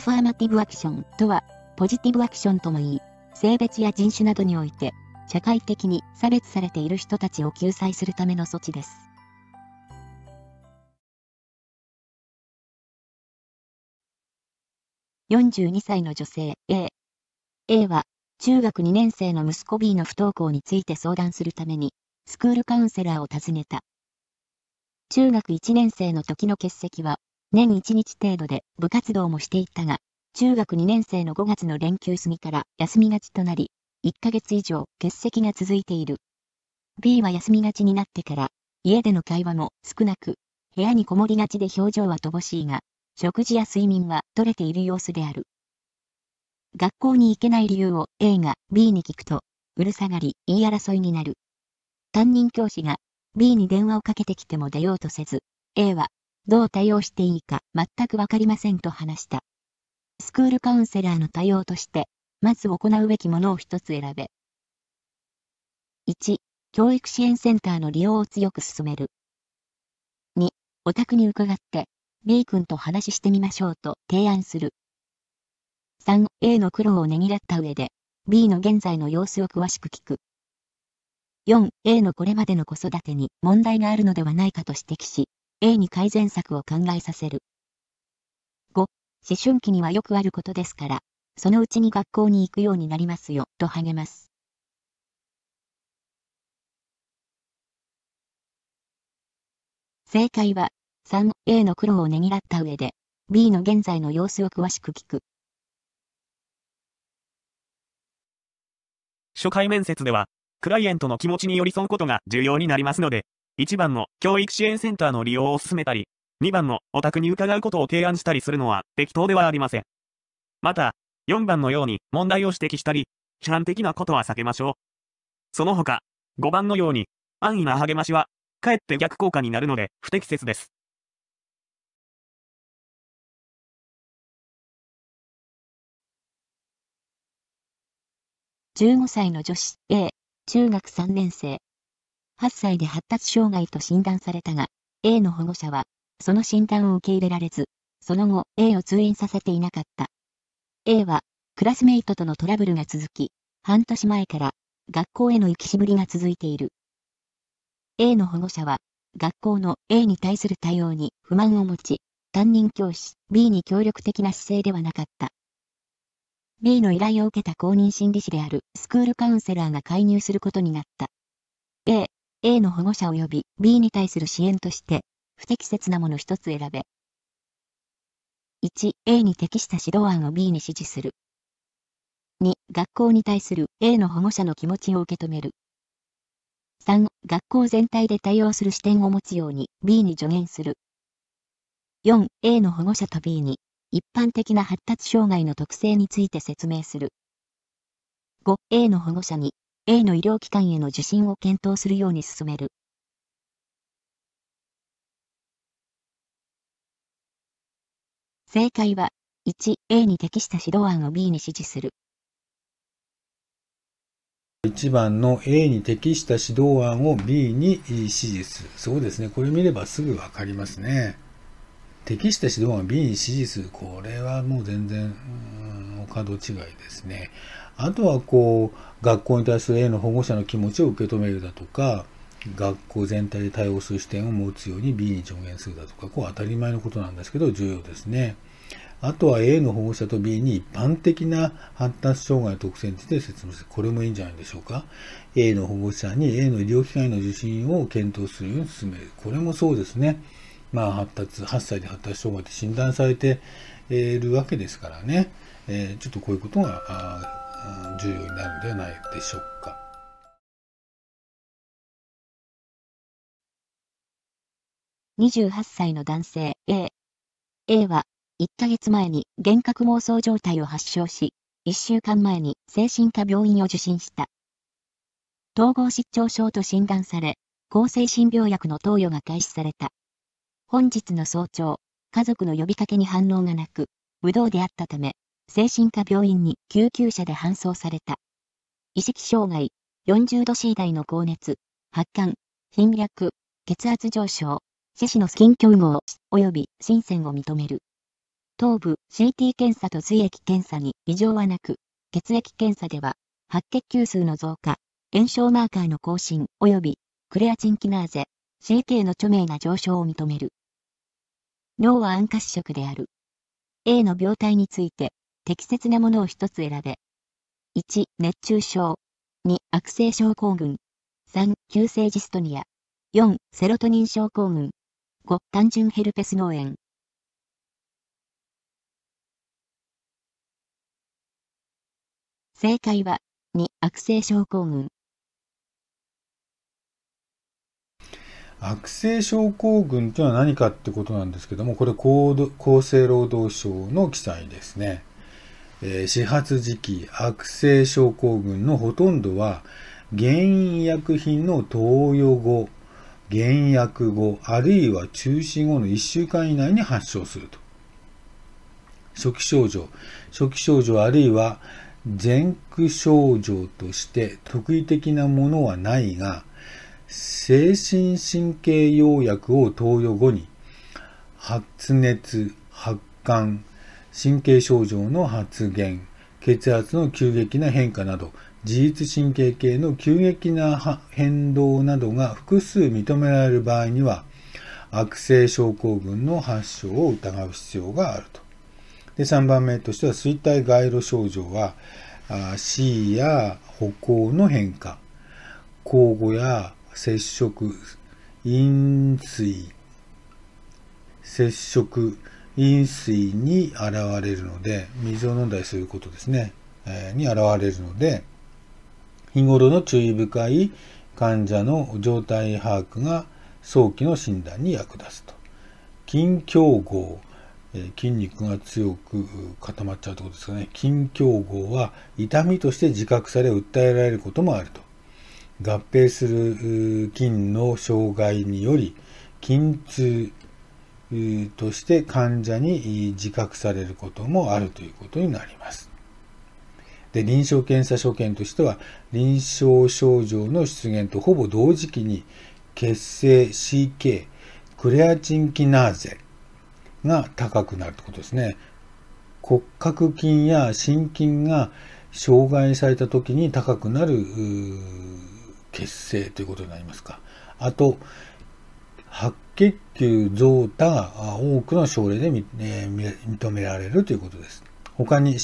ファーマティブアクションとは、ポジティブアクションともいい、性別や人種などにおいて、社会的に差別されている人たちを救済するための措置です。42歳の女性 A は、中学2年生の息子 B の不登校について相談するために、スクールカウンセラーを訪ねた。中学1年生の時の欠席は、年1日程度で部活動もしていたが、中学2年生の5月の連休過ぎから休みがちとなり、1ヶ月以上欠席が続いている。B は休みがちになってから、家での会話も少なく、部屋にこもりがちで表情は乏しいが、食事や睡眠は取れている様子である。学校に行けない理由を A が B に聞くと、うるさがり、言い争いになる。担任教師が B に電話をかけてきても出ようとせず、A はどう対応していいか全くわかりませんと話した。スクールカウンセラーの対応として、まず行うべきものを一つ選べ。1、教育支援センターの利用を強く勧める。2、お宅に伺って、B 君と話してみましょうと提案する。3、A の苦労をねぎらった上で、B の現在の様子を詳しく聞く。4、A のこれまでの子育てに問題があるのではないかと指摘し、A に改善策を考えさせる。5、思春期にはよくあることですから、そのうちに学校に行くようになりますよ、と励ます。正解は、3、A の苦労をねぎらった上で、B の現在の様子を詳しく聞く。 初回面接では、クライエントの気持ちに寄り添うことが重要になりますので、1番の教育支援センターの利用を進めたり、2番のお宅に伺うことを提案したりするのは適当ではありません。また、4番のように問題を指摘したり、批判的なことは避けましょう。その他、5番のように安易な励ましは、かえって逆効果になるので不適切です。 15歳の女子 A、中学3年生。8歳で発達障害と診断されたが、A の保護者は、その診断を受け入れられず、その後 A を通院させていなかった。A は、クラスメイトとのトラブルが続き、半年前から、学校への行きしぶりが続いている。A の保護者は、学校の A に対する対応に不満を持ち、担任教師 B に協力的な姿勢ではなかった。B の依頼を受けた公認心理師であるスクールカウンセラーが介入することになった。A の保護者及び B に対する支援として、不適切なもの一つ選べ。1、A に適した指導案を B に指示する。2、学校に対する A の保護者の気持ちを受け止める。3、学校全体で対応する視点を持つように B に助言する。4、A の保護者と B に、一般的な発達障害の特性について説明する。5、A の保護者に、A の医療機関への受診を検討するように勧める。正解は、1、A に適した指導案を B に指示する。 1番の A に適した指導案を B に指示する。そうですね。これ見ればすぐわかりますね。適した指導案を B に指示する。これはもう全然、お門違いですね。あとは学校に対する A の保護者の気持ちを受け止めるだとか、学校全体で対応する視点を持つように B に助言するだとか、当たり前のことなんですけど、重要ですね。あとは A の保護者と B に一般的な発達障害の特性について説明する。これもいいんじゃないでしょうか。A の保護者に A の医療機関への受診を検討するように進める。これもそうですね。8歳で発達障害って診断されているわけですからね。ちょっとこういうことが重要になるのではないでしょうか。 28歳の男性 A は1ヶ月前に幻覚妄想状態を発症し、1週間前に精神科病院を受診した。統合失調症と診断され、抗精神病薬の投与が開始された。本日の早朝、家族の呼びかけに反応がなく、無動であったため、精神科病院に救急車で搬送された。意識障害、40度 C 台の高熱、発汗、頻脈、血圧上昇、四肢の筋虚有無及び心線を認める。 頭部 CT 検査と髄液検査に異常はなく、血液検査では、白血球数の増加、炎症マーカーの更新及び、クレアチンキナーゼ、CK の著名な上昇を認める。尿は暗褐色である。A の病態について、適切なものを一つ選べ。1、熱中症。2、悪性症候群。3、急性ジストニア。4、セロトニン症候群。5、単純ヘルペス脳炎。正解は、2、悪性症候群。 悪性症候群というのは何かってことなんですけども、これ厚生労働省の記載ですね。始発時期、悪性症候群のほとんどは、原因医薬品の投与後、減薬後、あるいは中止後の1週間以内に発症すると。初期症状あるいは前駆症状として特異的なものはないが、精神神経藥薬を投与後に発熱、発汗、神経症状の発現、血圧の急激な変化など、自律神経系の急激な変動などが複数認められる場合には、悪性症候群の発症を疑う必要があると。で、3番目としては、衰退外露症状は、C や歩行の変化、交互や接触、飲水に現れるので、水を飲んだりすることですね、に現れるので、日頃の注意深い患者の状態把握が早期の診断に役立つと。筋強合、筋肉が強く固まっちゃうということですかね。筋強合は痛みとして自覚され訴えられることもあると。合併する筋の障害により筋痛として患者に自覚されることもあるということになります。で、臨床検査所見としては、臨床症状の出現とほぼ同時期に血清 CK、クレアチンキナーゼが高くなるということですね。骨格筋や心筋が障害された時に高くなる血清ということになりますか。あと、白血球増多が多くの症例で認められるということです。他に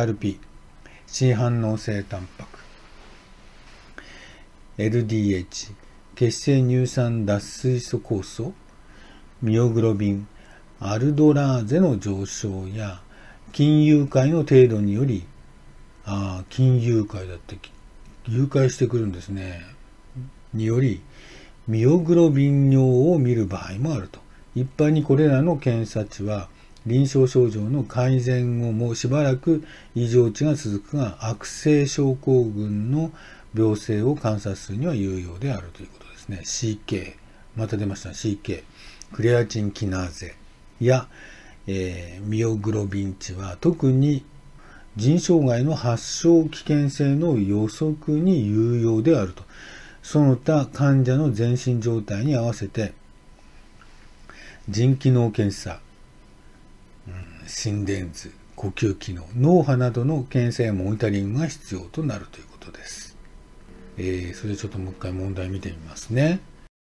CRP、C 反応性タンパク、LDH、血清乳酸脱水素酵素、ミオグロビン、アルドラーゼの上昇や筋誘拐の程度により、筋誘拐だって誘拐してくるんですね。により、ミオグロビン尿を見る場合もあると。一般にこれらの検査値は、臨床症状の改善後もしばらく異常値が続くが、悪性症候群の病性を観察するには有用であるということですね。CK、また出ました CK、クレアチンキナーゼや、ミオグロビン値は特に腎障害の発症危険性の予測に有用であると。その他患者の全身状態に合わせて腎機能検査、心電図、呼吸機能、脳波などの検査やモニタリングが必要となるということです。それでちょっともう一回問題見てみますね。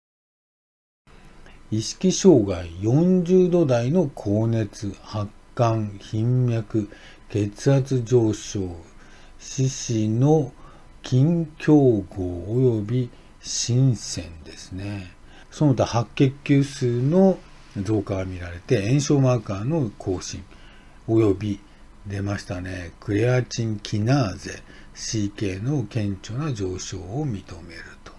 意識障害40度台の高熱、発汗、頻脈、血圧上昇、四肢の筋強合及び心線ですね。その他白血球数の増加が見られて、炎症マーカーの更新及び出ましたね、クレアチンキナーゼ CK の顕著な上昇を認めると。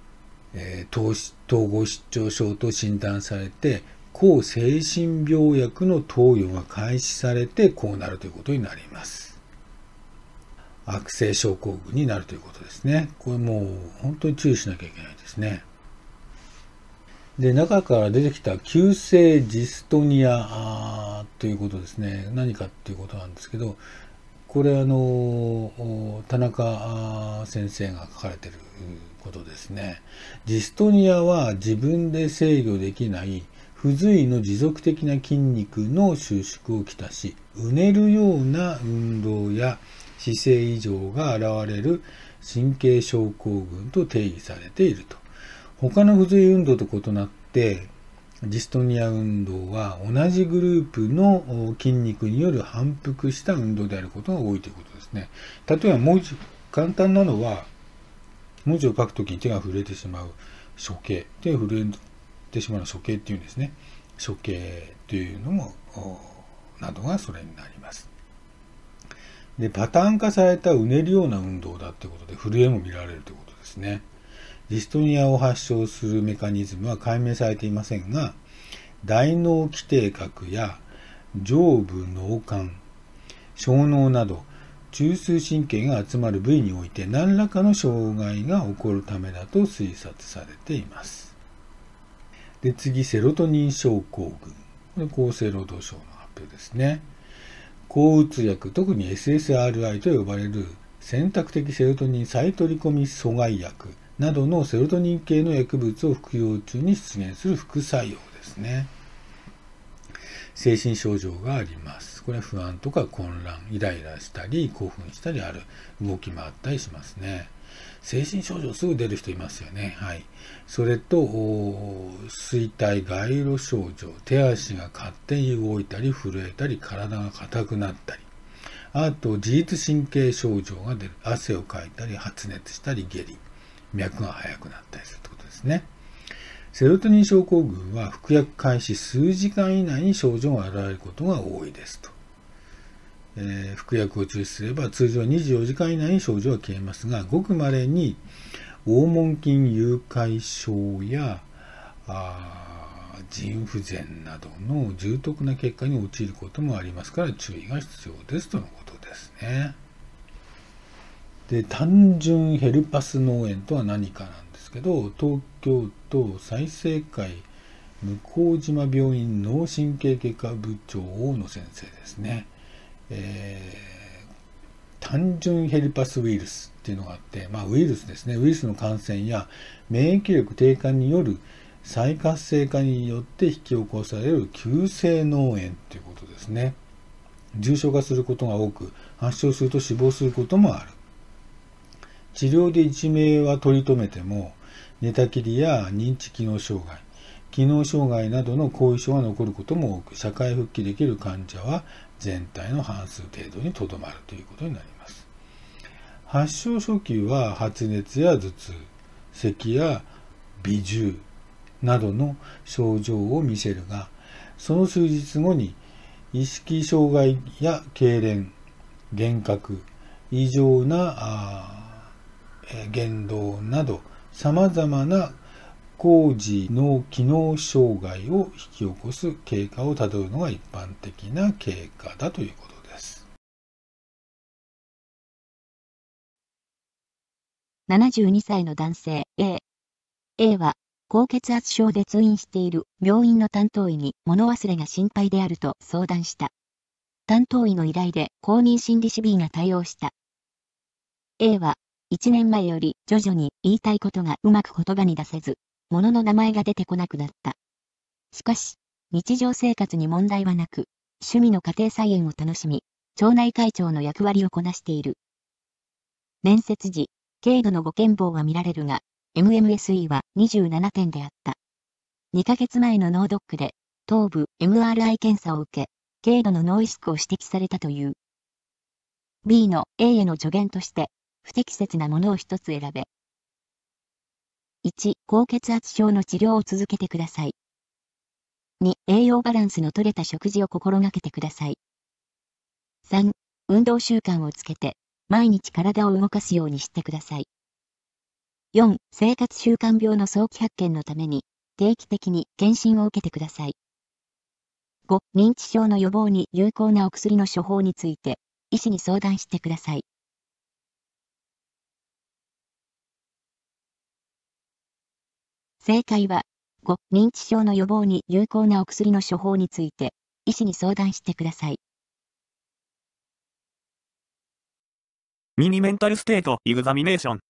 統合失調症と診断されて、抗精神病薬の投与が開始されてこうなるということになります。悪性症候群になるということですね。これもう本当に注意しなきゃいけないですね。で、中から出てきた急性ジストニアということですね。何かっていうことなんですけど、これ田中先生が書かれていることですね。ジストニアは自分で制御できない不不随の持続的な筋肉の収縮をきたし、うねるような運動や姿勢異常が現れる神経症候群と定義されていると。他の不随運動と異なって、ジストニア運動は同じグループの筋肉による反復した運動であることが多いということですね。例えば簡単なのは、文字を書くときに手が震えてしまう手形。手が震えてしまうのを手形っていうんですね。手形というのも、などがそれになります。で、パターン化されたうねるような運動だということで、震えも見られるということですね。ジストニアを発症するメカニズムは解明されていませんが、大脳基底核や上部脳幹、小脳など中枢神経が集まる部位において何らかの障害が起こるためだと推察されています。で、次、セロトニン症候群。これ厚生労働省の発表ですね。抗うつ薬、特に SSRI と呼ばれる選択的セロトニン再取り込み阻害薬などのセロトニン系の薬物を服用中に出現する副作用ですね。精神症状があります。これは不安とか混乱、イライラしたり、興奮したり動き回ったりしますね。精神症状すぐ出る人いますよね。はい。それと、衰退街路症状、手足が勝手に動いたり、震えたり、体が硬くなったり。あと、自律神経症状が出る。汗をかいたり、発熱したり、下痢。脈が速くなったりするということですね。セロトニン症候群は服薬開始数時間以内に症状が現れることが多いですと。服薬を中止すれば通常24時間以内に症状は消えますが、ごく稀に黄門筋誘拐症や腎不全などの重篤な結果に陥ることもありますから注意が必要ですとのことですね。で、単純ヘルパス脳炎とは何かなんですけど、東京都済生会向島病院脳神経外科部長大野先生ですね。単純ヘルパスウイルスっていうのがあって、ウイルスですね。ウイルスの感染や免疫力低下による再活性化によって引き起こされる急性脳炎ということですね。重症化することが多く、発症すると死亡することもある。治療で一命は取り留めても、寝たきりや認知機能障害、機能障害などの後遺症が残ることも多く、社会復帰できる患者は全体の半数程度にとどまるということになります。発症初期は発熱や頭痛、咳や鼻重などの症状を見せるが、その数日後に意識障害や痙攣、幻覚、異常な言動など様々な高次脳機能障害を引き起こす経過をたどるのが一般的な経過だということです。 72歳の男性 A は高血圧症で通院している病院の担当医に物忘れが心配であると相談した。担当医の依頼で公認心理師 B が対応した。A は1年前より徐々に言いたいことがうまく言葉に出せず、物の名前が出てこなくなった。しかし、日常生活に問題はなく、趣味の家庭菜園を楽しみ、町内会長の役割をこなしている。面接時、軽度のご健忘は見られるが、MMSE は27点であった。2ヶ月前の脳ドックで、頭部 MRI 検査を受け、軽度の脳萎縮を指摘されたという。B の A への助言として、不適切なものを一つ選べ。1、高血圧症の治療を続けてください。2、栄養バランスの取れた食事を心がけてください。3、運動習慣をつけて、毎日体を動かすようにしてください。4、生活習慣病の早期発見のために、定期的に検診を受けてください。5、認知症の予防に有効なお薬の処方について、医師に相談してください。正解は、5、認知症の予防に有効なお薬の処方について、医師に相談してください。 ミニメンタルステートエグザミネーション。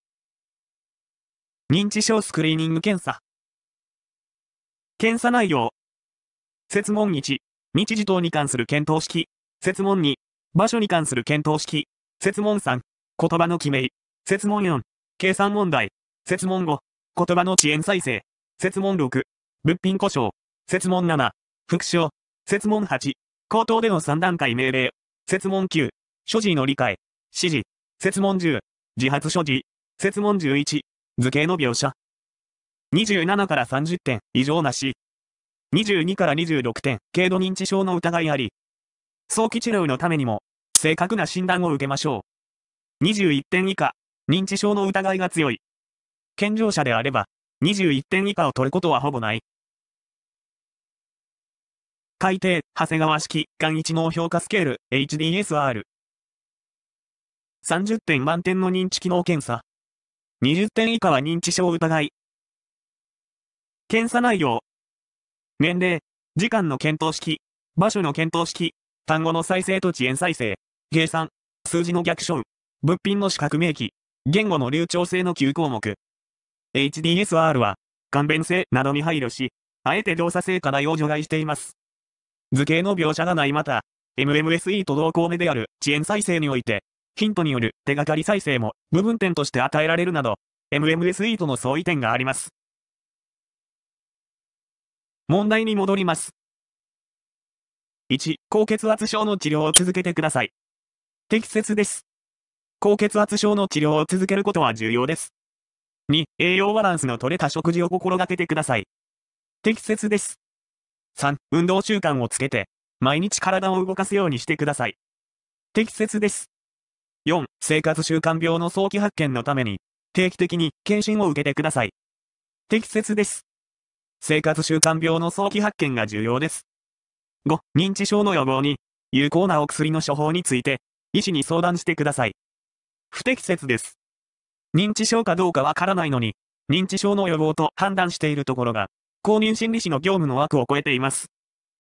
認知症スクリーニング検査。検査内容。 設問1、日時等に関する検討式。設問2、場所に関する検討式。設問3、言葉の記名。設問4、計算問題。設問5、言葉の遅延再生。設問6、物品故障。設問7、復唱。設問8、口頭での3段階命令。設問9、所持の理解、指示。設問10、自発所持。設問11、図形の描写。27から30点、異常なし。22から26点、軽度認知症の疑いあり。早期治療のためにも、正確な診断を受けましょう。21点以下、認知症の疑いが強い。健常者であれば、21点以下を取ることはほぼない。改定、長谷川式、簡易知能評価スケール、HDSR。30点満点の認知機能検査。20点以下は認知症疑い。検査内容。年齢、時間の検討式、場所の検討式、単語の再生と遅延再生、計算、数字の逆照、物品の視覚明記、言語の流暢性の9項目。HDSR は、簡便性などに配慮し、あえて動作性課題を除外しています。図形の描写がないまた、MMSE と同項目である遅延再生において、ヒントによる手がかり再生も部分点として与えられるなど、MMSE との相違点があります。問題に戻ります。1、高血圧症の治療を続けてください。適切です。高血圧症の治療を続けることは重要です。2、栄養バランスの取れた食事を心がけてください。適切です。3、運動習慣をつけて、毎日体を動かすようにしてください。適切です。4、生活習慣病の早期発見のために、定期的に検診を受けてください。適切です。生活習慣病の早期発見が重要です。5、認知症の予防に、有効なお薬の処方について、医師に相談してください。不適切です。認知症かどうかわからないのに、認知症の予防と判断しているところが、公認心理師の業務の枠を超えています。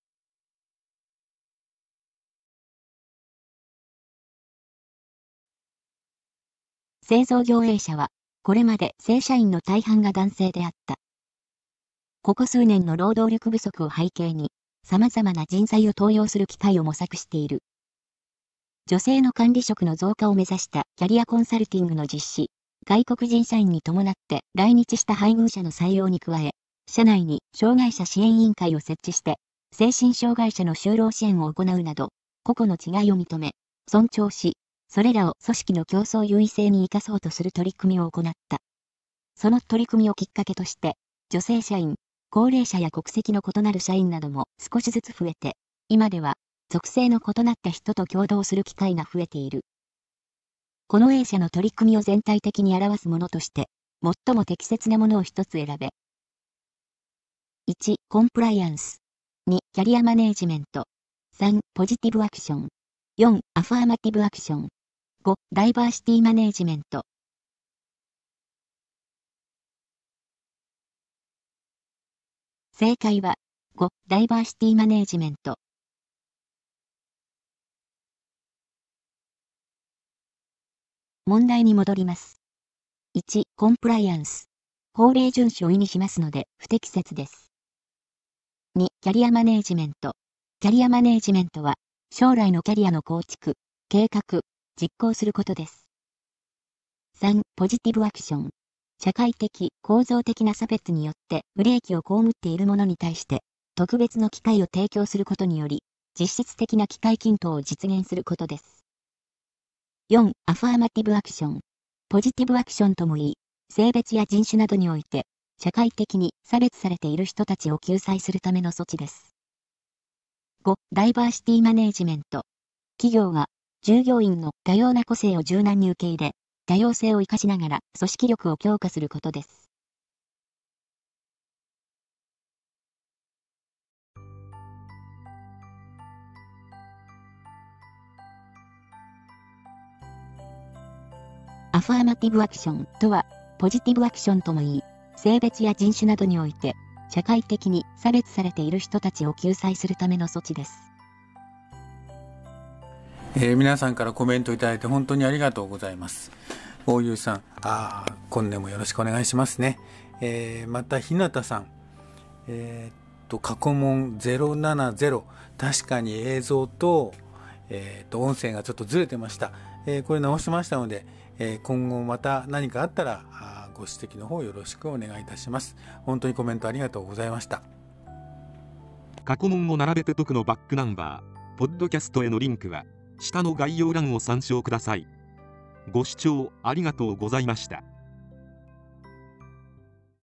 製造業 A 社は、これまで正社員の大半が男性であった。ここ数年の労働力不足を背景に、様々な人材を登用する機会を模索している。女性の管理職の増加を目指したキャリアコンサルティングの実施、外国人社員に伴って来日した配偶者の採用に加え、社内に障害者支援委員会を設置して、精神障害者の就労支援を行うなど、個々の違いを認め、尊重し、それらを組織の競争優位性に生かそうとする取り組みを行った。その取り組みをきっかけとして、女性社員、高齢者や国籍の異なる社員なども少しずつ増えて、今では、属性の異なった人と共同する機会が増えている。この A 社の取り組みを全体的に表すものとして、最も適切なものを一つ選べ。1、コンプライアンス。2、キャリアマネージメント。3、ポジティブアクション。4、アファーマティブアクション。5、ダイバーシティマネージメント。正解は、5、ダイバーシティマネージメント。問題に戻ります。1、コンプライアンス。法令遵守を意味しますので、不適切です。2、キャリアマネージメント。キャリアマネージメントは、将来のキャリアの構築、計画、実行することです。3、ポジティブアクション。社会的、構造的な差別によって不利益を被っている者に対して、特別の機会を提供することにより、実質的な機会均等を実現することです。4、アファーマティブアクション。ポジティブアクションともいい、性別や人種などにおいて、社会的に差別されている人たちを救済するための措置です。5、ダイバーシティマネージメント。企業が、従業員の多様な個性を柔軟に受け入れ、多様性を生かしながら組織力を強化することです。アファーマティブアクションとは、ポジティブアクションともいい、性別や人種などにおいて、社会的に差別されている人たちを救済するための措置です。 皆さんからコメントいただいて本当にありがとうございます。大優さん、今年もよろしくお願いしますね。また日向さん、 過去問070、確かに映像と、音声がちょっとずれてました。これ直しましたので、今後また何かあったらご指摘の方よろしくお願いいたします。本当にコメントありがとうございました。 過去問を並べて解くのバックナンバー、ポッドキャストへのリンクは下の概要欄を参照ください。ご視聴ありがとうございました。